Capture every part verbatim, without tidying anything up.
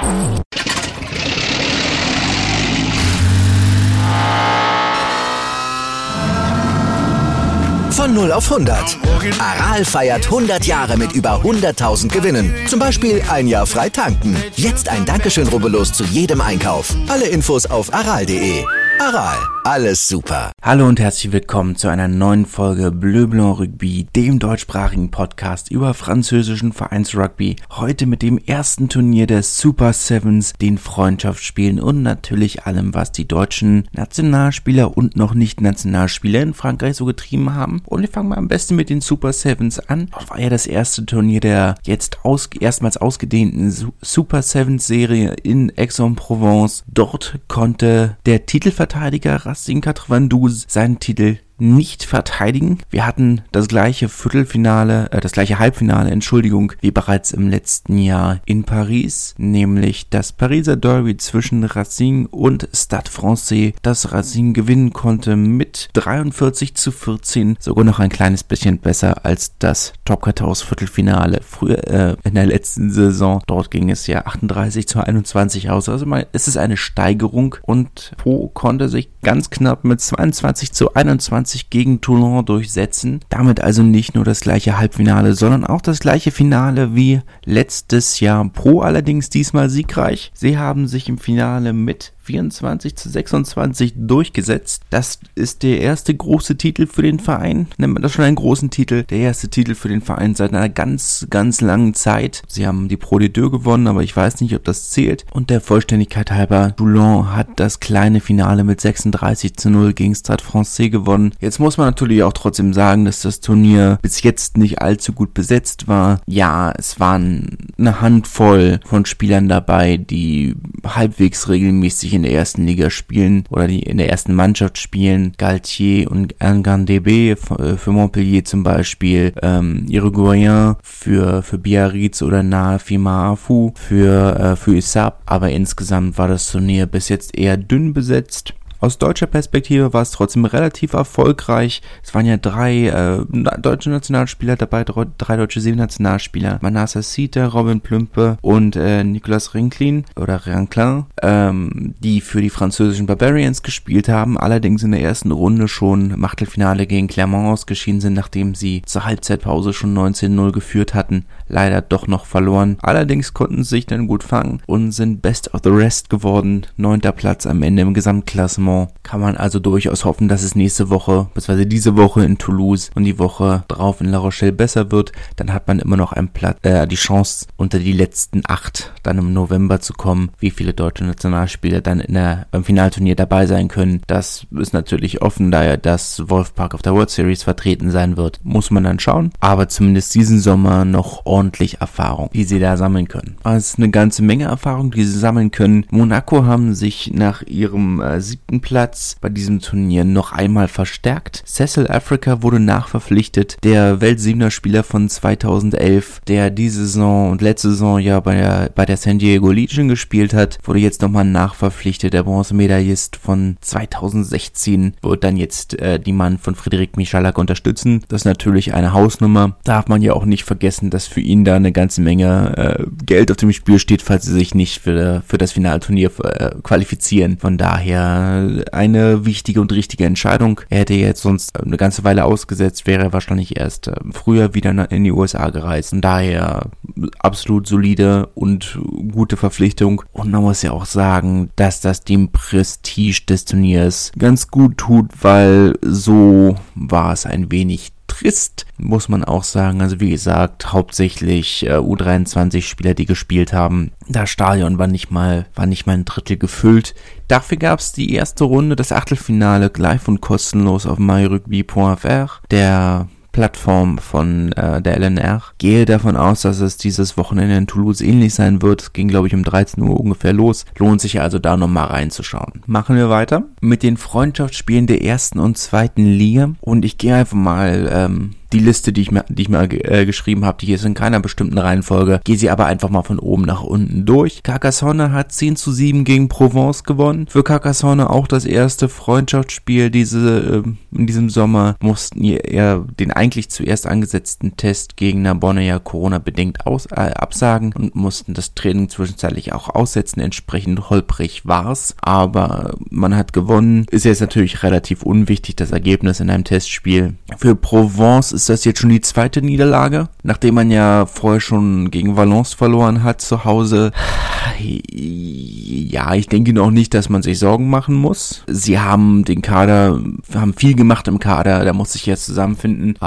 Von null auf hundert. Aral feiert hundert Jahre mit über hunderttausend Gewinnen. Zum Beispiel ein Jahr frei tanken. Jetzt ein Dankeschön, rubbellos zu jedem Einkauf. Alle Infos auf aral punkt de. Aral, alles super. Hallo und herzlich willkommen zu einer neuen Folge Bleu Blanc Rugby, dem deutschsprachigen Podcast über französischen Vereinsrugby. Heute mit dem ersten Turnier der Super Sevens, den Freundschaftsspielen und natürlich allem, was die deutschen Nationalspieler und noch nicht Nationalspieler in Frankreich so getrieben haben. Und wir fangen mal am besten mit den Super Sevens an. Das war ja das erste Turnier der jetzt aus, erstmals ausgedehnten Super Sevens Serie in Aix-en-Provence. Dort konnte der Titelverteidiger Racine Quatre-Vingt-Douze seinen Titel nicht verteidigen. Wir hatten das gleiche Viertelfinale, äh, das gleiche Halbfinale, Entschuldigung, wie bereits im letzten Jahr in Paris, nämlich das Pariser Derby zwischen Racing und Stade Francais, das Racing gewinnen konnte mit dreiundvierzig zu vierzehn, sogar noch ein kleines bisschen besser als das Top quatorze Viertelfinale früher äh, in der letzten Saison. Dort ging es ja achtunddreißig zu einundzwanzig aus, also mal, es ist eine Steigerung und Pau konnte sich ganz knapp mit zweiundzwanzig zu einundzwanzig gegen Toulon durchsetzen. Damit also nicht nur das gleiche Halbfinale, sondern auch das gleiche Finale wie letztes Jahr. Pau allerdings diesmal siegreich. Sie haben sich im Finale mit vierundzwanzig zu sechsundzwanzig durchgesetzt. Das ist der erste große Titel für den Verein. Nennt man das schon einen großen Titel? Der erste Titel für den Verein seit einer ganz, ganz langen Zeit. Sie haben die Pro de Deux gewonnen, aber ich weiß nicht, ob das zählt. Und der Vollständigkeit halber, Toulon hat das kleine Finale mit sechsunddreißig zu null gegen Stade Francais gewonnen. Jetzt muss man natürlich auch trotzdem sagen, dass das Turnier bis jetzt nicht allzu gut besetzt war. Ja, es waren eine Handvoll von Spielern dabei, die halbwegs regelmäßig in der ersten Liga spielen oder die in der ersten Mannschaft spielen. Galtier und Ngandebe für Montpellier zum Beispiel, ähm, Irigoyen für, für Biarritz oder Nafi Maafu für, äh, für Issab. Aber insgesamt war das Turnier bis jetzt eher dünn besetzt. Aus deutscher Perspektive war es trotzdem relativ erfolgreich. Es waren ja drei äh, deutsche Nationalspieler dabei, drei, drei deutsche Seenationalspieler. Manassa Sita, Robin Plümpe und äh, Nicolas Rinklin oder Ranklin, ähm, die für die französischen Barbarians gespielt haben, allerdings in der ersten Runde schon im Achtelfinale gegen Clermont ausgeschieden sind, nachdem sie zur Halbzeitpause schon neunzehn null geführt hatten. Leider doch noch verloren. Allerdings konnten sie sich dann gut fangen und sind Best of the Rest geworden. Neunter Platz am Ende im Gesamtklassement. Kann man also durchaus hoffen, dass es nächste Woche, beziehungsweise diese Woche in Toulouse und die Woche drauf in La Rochelle besser wird. Dann hat man immer noch einen Platz, äh, die Chance, unter die letzten acht dann im November zu kommen. Wie viele deutsche Nationalspieler dann in der, beim Finalturnier dabei sein können, das ist natürlich offen, da ja das Wolfpack auf der World Series vertreten sein wird. Muss man dann schauen. Aber zumindest diesen Sommer noch ordentlich Erfahrung, die sie da sammeln können. Also es ist eine ganze Menge Erfahrung, die sie sammeln können. Monaco haben sich nach ihrem äh, siebten Platz bei diesem Turnier noch einmal verstärkt. Cecil Africa wurde nachverpflichtet, der Weltsiebener-Spieler von zweitausendelf, der diese Saison und letzte Saison ja bei der, bei der San Diego Legion gespielt hat, wurde jetzt nochmal nachverpflichtet. Der Bronzemedaillist von zweitausendsechzehn wird dann jetzt äh, die Mann von Frédéric Michalak unterstützen. Das ist natürlich eine Hausnummer. Darf man ja auch nicht vergessen, dass für ihn da eine ganze Menge äh, Geld auf dem Spiel steht, falls sie sich nicht für, für das Finalturnier äh, qualifizieren. Von daher eine wichtige und richtige Entscheidung. Er hätte jetzt sonst eine ganze Weile ausgesetzt, wäre er wahrscheinlich erst früher wieder in die U S A gereist. Und daher absolut solide und gute Verpflichtung. Und man muss ja auch sagen, dass das dem Prestige des Turniers ganz gut tut, weil so war es ein wenig trist, muss man auch sagen. Also wie gesagt, hauptsächlich äh, U dreiundzwanzig Spieler, die gespielt haben. Das Stadion war nicht mal, war nicht mal ein Drittel gefüllt. Dafür gab es die erste Runde, das Achtelfinale, live und kostenlos auf myrugby punkt f r, der Plattform von äh, der L N R. Gehe davon aus, dass es dieses Wochenende in Toulouse ähnlich sein wird. Es ging, glaube ich, um dreizehn Uhr ungefähr los. Lohnt sich also da nochmal reinzuschauen. Machen wir weiter mit den Freundschaftsspielen der ersten und zweiten Liga. Und ich gehe einfach mal ähm, Die Liste, die ich mir, die ich mir äh, geschrieben habe, die hier ist in keiner bestimmten Reihenfolge. Gehe sie aber einfach mal von oben nach unten durch. Carcassonne hat zehn zu sieben gegen Provence gewonnen. Für Carcassonne auch das erste Freundschaftsspiel diese, äh, in diesem Sommer. Mussten eher den eigentlich zuerst angesetzten Testgegner Bonne ja Corona-bedingt aus, äh, absagen und mussten das Training zwischenzeitlich auch aussetzen. Entsprechend holprig war's. Aber man hat gewonnen. Ist jetzt natürlich relativ unwichtig, das Ergebnis in einem Testspiel. Für Provence ist das jetzt schon die zweite Niederlage, nachdem man ja vorher schon gegen Valence verloren hat zu Hause. Ja, ich denke noch nicht, dass man sich Sorgen machen muss. Sie haben den Kader, haben viel gemacht im Kader, da muss sich jetzt zusammenfinden.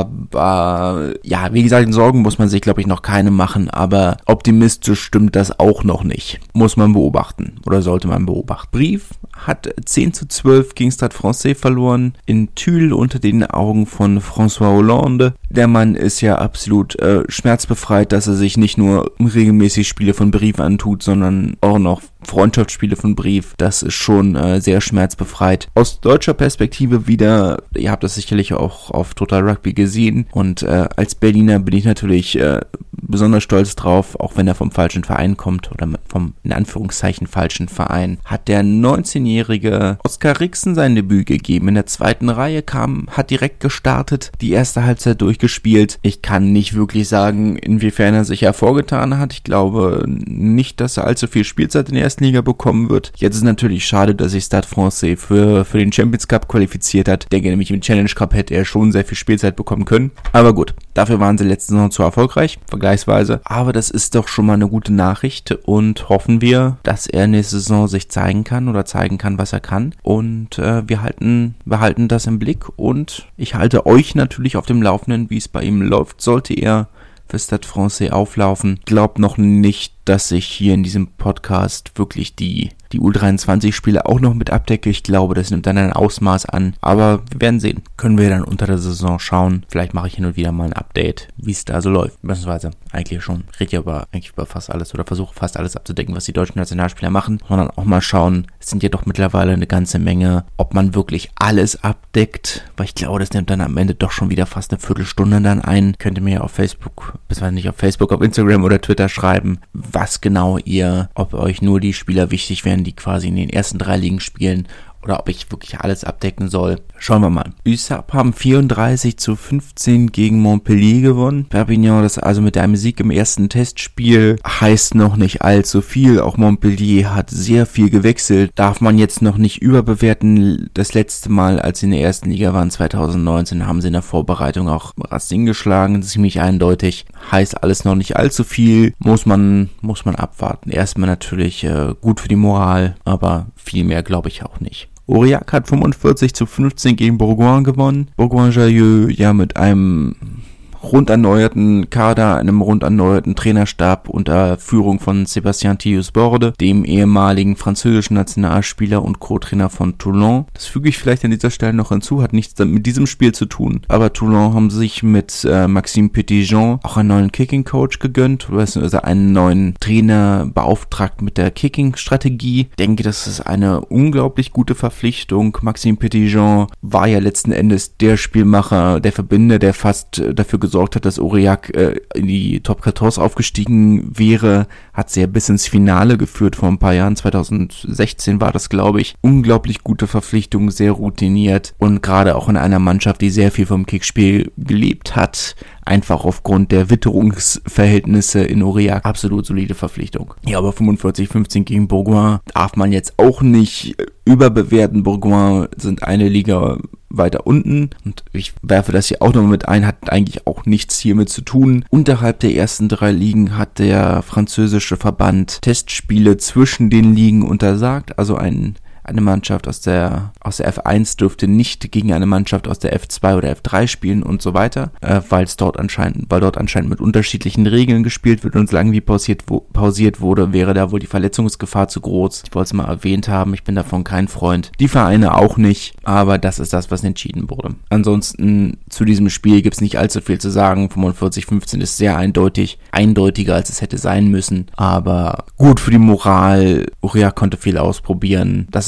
Aber ja, wie gesagt, Sorgen muss man sich, glaube ich, noch keine machen. Aber optimistisch stimmt das auch noch nicht. Muss man beobachten oder sollte man beobachten. Brief hat zehn zu zwölf gegen Stade Francais verloren, in Tulle unter den Augen von François Hollande. Der Mann ist ja absolut äh, schmerzbefreit, dass er sich nicht nur regelmäßig Spiele von Brief antut, sondern auch noch Freundschaftsspiele von Brief. Das ist schon äh, sehr schmerzbefreit. Aus deutscher Perspektive wieder, ihr habt das sicherlich auch auf Total Rugby gesehen und äh, als Berliner bin ich natürlich äh, besonders stolz drauf, auch wenn er vom falschen Verein kommt oder vom in Anführungszeichen falschen Verein, hat der neunzehnjährige Oskar Rixen sein Debüt gegeben. In der zweiten Reihe kam, hat direkt gestartet, die erste Halbzeit durchgespielt. Ich kann nicht wirklich sagen, inwiefern er sich hervorgetan hat. Ich glaube nicht, dass er allzu viel Spielzeit in der ersten Liga bekommen wird. Jetzt ist es natürlich schade, dass sich Stade Francais für, für den Champions Cup qualifiziert hat. Ich denke nämlich, im Challenge Cup hätte er schon sehr viel Spielzeit bekommen können. Aber gut, dafür waren sie letzte Saison zu erfolgreich, vergleichsweise. Aber das ist doch schon mal eine gute Nachricht und hoffen wir, dass er nächste Saison sich zeigen kann oder zeigen kann, was er kann. Und äh, wir halten, wir halten das im Blick und ich halte euch natürlich auf dem Laufenden, wie es bei ihm läuft. Sollte er für Stade Francais auflaufen. Glaubt noch nicht, dass ich hier in diesem Podcast wirklich die die U dreiundzwanzig Spiele auch noch mit abdecke. Ich glaube, das nimmt dann ein Ausmaß an. Aber wir werden sehen. Können wir dann unter der Saison schauen. Vielleicht mache ich hin und wieder mal ein Update, wie es da so läuft. Beziehungsweise eigentlich schon. Rede ich aber eigentlich über fast alles oder versuche fast alles abzudecken, was die deutschen Nationalspieler machen. Sondern auch mal schauen, es sind ja doch mittlerweile eine ganze Menge, ob man wirklich alles abdeckt. Weil ich glaube, das nimmt dann am Ende doch schon wieder fast eine Viertelstunde dann ein. Könnt ihr mir ja auf Facebook, beziehungsweise nicht auf Facebook, auf Instagram oder Twitter schreiben, was genau ihr, ob euch nur die Spieler wichtig wären, die quasi in den ersten drei Ligen spielen oder ob ich wirklich alles abdecken soll. Schauen wir mal. U S A P haben vierunddreißig zu fünfzehn gegen Montpellier gewonnen. Perpignan, das also mit einem Sieg im ersten Testspiel, heißt noch nicht allzu viel. Auch Montpellier hat sehr viel gewechselt. Darf man jetzt noch nicht überbewerten. Das letzte Mal, als sie in der ersten Liga waren, zwanzig neunzehn, haben sie in der Vorbereitung auch Racing geschlagen. Ziemlich eindeutig. Heißt alles noch nicht allzu viel. Muss man, muss man abwarten. Erstmal natürlich äh, gut für die Moral, aber viel mehr glaube ich auch nicht. Aurillac hat fünfundvierzig zu fünfzehn gegen Bourgoin gewonnen. Bourgoin-Jallieu ja mit einem rund erneuerten Kader, einem rund erneuerten Trainerstab unter Führung von Sébastien Thius-Borde, dem ehemaligen französischen Nationalspieler und Co-Trainer von Toulon. Das füge ich vielleicht an dieser Stelle noch hinzu, hat nichts mit diesem Spiel zu tun. Aber Toulon haben sich mit äh, Maxime Petitjean auch einen neuen Kicking-Coach gegönnt, also einen neuen Trainer beauftragt mit der Kicking-Strategie. Ich denke, das ist eine unglaublich gute Verpflichtung. Maxime Petitjean war ja letzten Endes der Spielmacher, der Verbinder, der fast äh, dafür gesorgt hat, dass Aurillac äh, in die Top vierzehn aufgestiegen wäre, hat sie ja bis ins Finale geführt vor ein paar Jahren, zwanzig sechzehn war das, glaube ich. Unglaublich gute Verpflichtung, sehr routiniert und gerade auch in einer Mannschaft, die sehr viel vom Kickspiel gelebt hat, einfach aufgrund der Witterungsverhältnisse in Aurillac, absolut solide Verpflichtung. Ja, aber fünfundvierzig fünfzehn gegen Bourgoin darf man jetzt auch nicht überbewerten. Bourgoin sind eine Liga weiter unten und ich werfe das hier auch noch mit ein, hat eigentlich auch nichts hiermit zu tun. Unterhalb der ersten drei Ligen hat der französische Verband Testspiele zwischen den Ligen untersagt, also ein Eine Mannschaft aus der aus der F eins dürfte nicht gegen eine Mannschaft aus der F zwei oder F drei spielen und so weiter, äh, weil es dort anscheinend, weil dort anscheinend mit unterschiedlichen Regeln gespielt wird und solange wie pausiert, wo, pausiert wurde, wäre da wohl die Verletzungsgefahr zu groß. Ich wollte es mal erwähnt haben, ich bin davon kein Freund. Die Vereine auch nicht, aber das ist das, was entschieden wurde. Ansonsten zu diesem Spiel gibt es nicht allzu viel zu sagen. fünfundvierzig fünfzehn ist sehr eindeutig, eindeutiger als es hätte sein müssen, aber gut für die Moral. Aurillac konnte viel ausprobieren. Das ist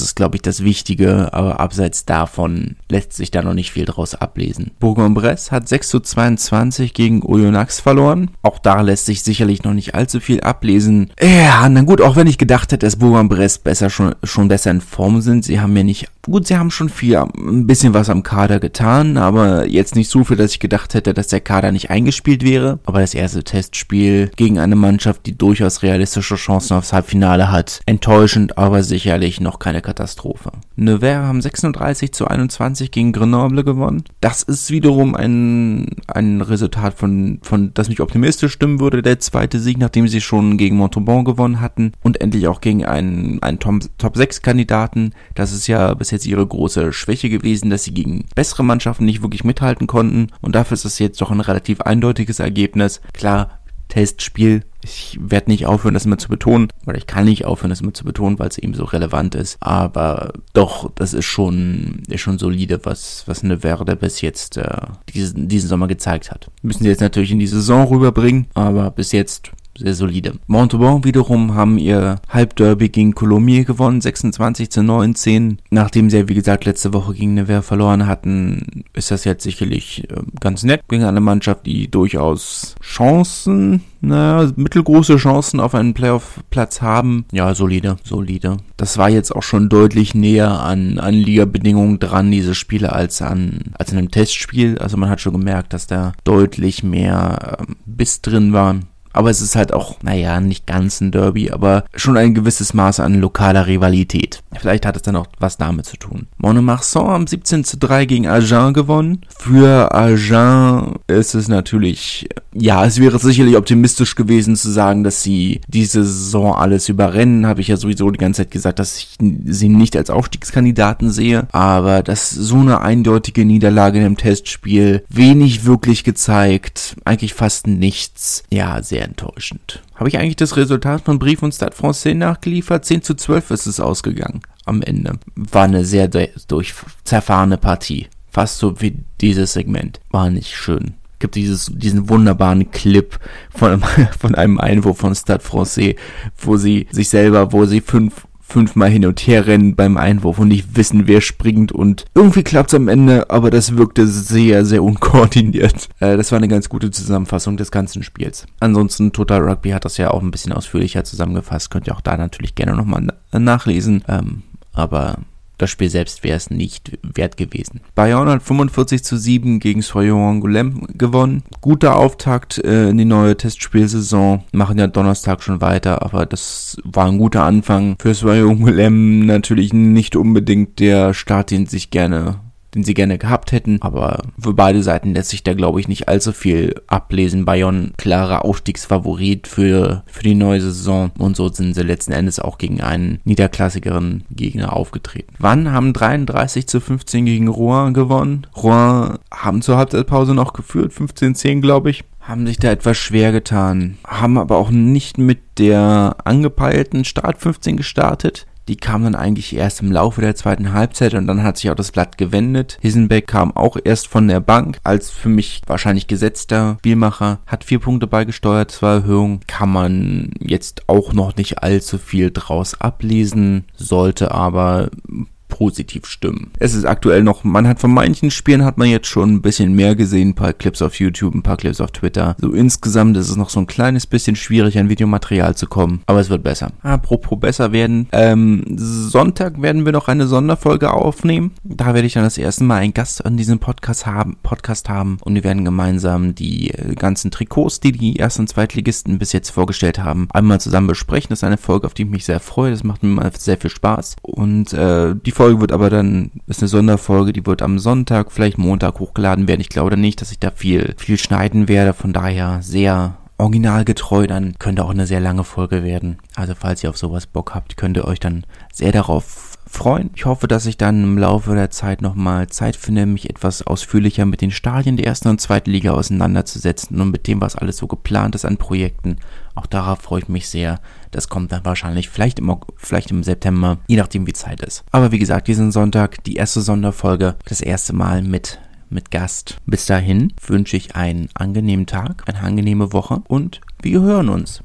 ist, glaube ich, das Wichtige, aber abseits davon lässt sich da noch nicht viel draus ablesen. Bourg-en-Bresse hat sechs zu zweiundzwanzig gegen Oyonnax verloren. Auch da lässt sich sicherlich noch nicht allzu viel ablesen. Ja, na gut, auch wenn ich gedacht hätte, dass Bourg-en-Bresse besser schon, schon besser in Form sind. Sie haben ja nicht, gut, sie haben schon viel, ein bisschen was am Kader getan, aber jetzt nicht so viel, dass ich gedacht hätte, dass der Kader nicht eingespielt wäre. Aber das erste Testspiel gegen eine Mannschaft, die durchaus realistische Chancen aufs Halbfinale hat. Enttäuschend, aber sicherlich noch keine Katastrophe. Nevers haben sechsunddreißig zu einundzwanzig gegen Grenoble gewonnen. Das ist wiederum ein, ein Resultat, von, von das mich optimistisch stimmen würde. Der zweite Sieg, nachdem sie schon gegen Montauban gewonnen hatten und endlich auch gegen einen, einen Top sechs Kandidaten. Das ist ja bis jetzt ihre große Schwäche gewesen, dass sie gegen bessere Mannschaften nicht wirklich mithalten konnten. Und dafür ist es jetzt doch ein relativ eindeutiges Ergebnis. Klar, Testspiel. Ich werde nicht aufhören, das immer zu betonen, oder ich kann nicht aufhören, das immer zu betonen, weil es eben so relevant ist. Aber doch, das ist schon, ist schon solide, was, was Nevers bis jetzt äh, diesen, diesen Sommer gezeigt hat. Müssen sie jetzt natürlich in die Saison rüberbringen, aber bis jetzt sehr solide. Montauban wiederum haben ihr Halbderby gegen Coulommiers gewonnen, sechsundzwanzig zu neunzehn. Nachdem sie ja, wie gesagt, letzte Woche gegen Nevers verloren hatten, ist das jetzt sicherlich äh, ganz nett gegen eine Mannschaft, die durchaus Chancen, naja, mittelgroße Chancen auf einen Playoff-Platz haben. Ja, solide, solide. Das war jetzt auch schon deutlich näher an, an Liga-Bedingungen dran, diese Spiele, als an, als in einem Testspiel. Also man hat schon gemerkt, dass da deutlich mehr äh, Biss drin war. Aber es ist halt auch, naja, nicht ganz ein Derby, aber schon ein gewisses Maß an lokaler Rivalität. Vielleicht hat es dann auch was damit zu tun. Mont-de-Marsan haben siebzehn zu drei gegen Agen gewonnen. Für Agen ist es natürlich, ja, es wäre sicherlich optimistisch gewesen zu sagen, dass sie diese Saison alles überrennen. Habe ich ja sowieso die ganze Zeit gesagt, dass ich sie nicht als Aufstiegskandidaten sehe. Aber dass so eine eindeutige Niederlage in einem Testspiel, wenig wirklich gezeigt, eigentlich fast nichts. Ja, sehr enttäuschend. Habe ich eigentlich das Resultat von Brive und Stade Français nachgeliefert? zehn zu zwölf ist es ausgegangen am Ende. War eine sehr durch zerfahrene Partie. Fast so wie dieses Segment. War nicht schön. Gibt dieses, diesen wunderbaren Clip von, von einem Einwurf von Stade Français, wo sie sich selber, wo sie fünf fünfmal hin und her rennen beim Einwurf und nicht wissen, wer springt, und irgendwie klappt's am Ende, aber das wirkte sehr, sehr unkoordiniert. Äh, das war eine ganz gute Zusammenfassung des ganzen Spiels. Ansonsten, Total Rugby hat das ja auch ein bisschen ausführlicher zusammengefasst, könnt ihr auch da natürlich gerne nochmal na- nachlesen, ähm, aber das Spiel selbst wäre es nicht wert gewesen. Bayonne hat fünfundvierzig zu sieben gegen Soyons-Angoulême gewonnen. Guter Auftakt äh, in die neue Testspielsaison. Machen ja Donnerstag schon weiter, aber das war ein guter Anfang. Für Soyons-Angoulême natürlich nicht unbedingt der Start, den sich gerne den sie gerne gehabt hätten, aber für beide Seiten lässt sich da, glaube ich, nicht allzu viel ablesen. Bayonne, klarer Aufstiegsfavorit für, für die neue Saison, und so sind sie letzten Endes auch gegen einen niederklassigeren Gegner aufgetreten. Wann haben dreiunddreißig zu fünfzehn gegen Rouen gewonnen. Rouen haben zur Halbzeitpause noch geführt, fünfzehn zehn, glaube ich. Haben sich da etwas schwer getan, haben aber auch nicht mit der angepeilten Start fünfzehn gestartet. Die kam dann eigentlich erst im Laufe der zweiten Halbzeit, und dann hat sich auch das Blatt gewendet. Hissenbeck kam auch erst von der Bank als für mich wahrscheinlich gesetzter Spielmacher, hat vier Punkte beigesteuert zur Erhöhung. Kann man jetzt auch noch nicht allzu viel draus ablesen, sollte aber positiv stimmen. Es ist aktuell noch, man hat von manchen Spielen hat man jetzt schon ein bisschen mehr gesehen, ein paar Clips auf YouTube, ein paar Clips auf Twitter. So insgesamt ist es noch so ein kleines bisschen schwierig, an Videomaterial zu kommen, aber es wird besser. Apropos besser werden, ähm, Sonntag werden wir noch eine Sonderfolge aufnehmen. Da werde ich dann das erste Mal einen Gast an diesem Podcast haben, Podcast haben und wir werden gemeinsam die ganzen Trikots, die die Erst- und Zweitligisten bis jetzt vorgestellt haben, einmal zusammen besprechen. Das ist eine Folge, auf die ich mich sehr freue. Das macht mir mal sehr viel Spaß, und äh, die Folge wird aber dann, ist eine Sonderfolge, die wird am Sonntag, vielleicht Montag hochgeladen werden. Ich glaube nicht, dass ich da viel, viel schneiden werde, von daher sehr originalgetreu, dann könnte auch eine sehr lange Folge werden. Also falls ihr auf sowas Bock habt, könnt ihr euch dann sehr darauf freuen. Ich hoffe, dass ich dann im Laufe der Zeit nochmal Zeit finde, mich etwas ausführlicher mit den Stadien der ersten und zweiten Liga auseinanderzusetzen und mit dem, was alles so geplant ist an Projekten. Auch darauf freue ich mich sehr. Das kommt dann wahrscheinlich vielleicht im, vielleicht im September, je nachdem wie Zeit ist. Aber wie gesagt, diesen Sonntag die erste Sonderfolge, das erste Mal mit mit Gast. Bis dahin wünsche ich einen angenehmen Tag, eine angenehme Woche, und wir hören uns.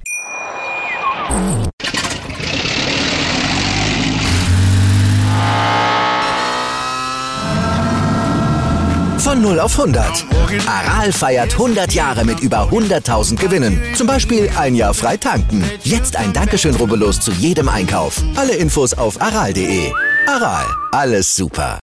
null auf hundert. Aral feiert hundert Jahre mit über hunderttausend Gewinnen. Zum Beispiel ein Jahr frei tanken. Jetzt ein Dankeschön, rubbellos zu jedem Einkauf. Alle Infos auf aral punkt de. Aral, alles super.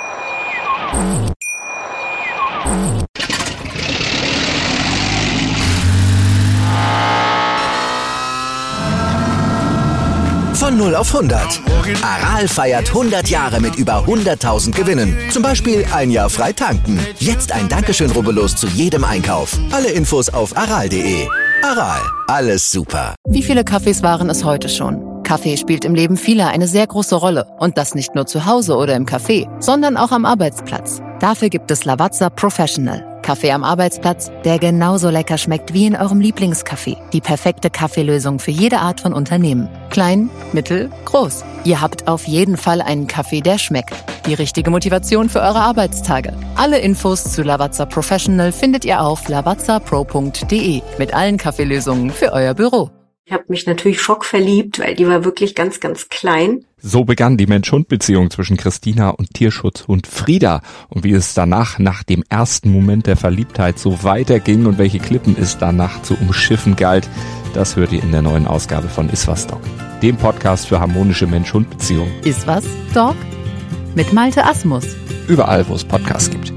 Von null auf hundert. Aral feiert hundert Jahre mit über hunderttausend Gewinnen. Zum Beispiel ein Jahr frei tanken. Jetzt ein Dankeschön, rubbellos zu jedem Einkauf. Alle Infos auf aral punkt de. Aral, alles super. Wie viele Kaffees waren es heute schon? Kaffee spielt im Leben vieler eine sehr große Rolle. Und das nicht nur zu Hause oder im Café, sondern auch am Arbeitsplatz. Dafür gibt es Lavazza Professional. Kaffee am Arbeitsplatz, der genauso lecker schmeckt wie in eurem Lieblingscafé. Die perfekte Kaffeelösung für jede Art von Unternehmen. Klein, mittel, groß. Ihr habt auf jeden Fall einen Kaffee, der schmeckt. Die richtige Motivation für eure Arbeitstage. Alle Infos zu Lavazza Professional findet ihr auf lavazza pro punkt de mit allen Kaffeelösungen für euer Büro. Ich habe mich natürlich schockverliebt, weil die war wirklich ganz, ganz klein. So begann die Mensch-Hund-Beziehung zwischen Christina und Tierschutzhund Frieda. Und wie es danach, nach dem ersten Moment der Verliebtheit, so weiterging und welche Klippen es danach zu umschiffen galt, das hört ihr in der neuen Ausgabe von Iswas Dog, dem Podcast für harmonische Mensch-Hund-Beziehungen. Iswas Dog? Mit Malte Asmus. Überall, wo es Podcasts gibt.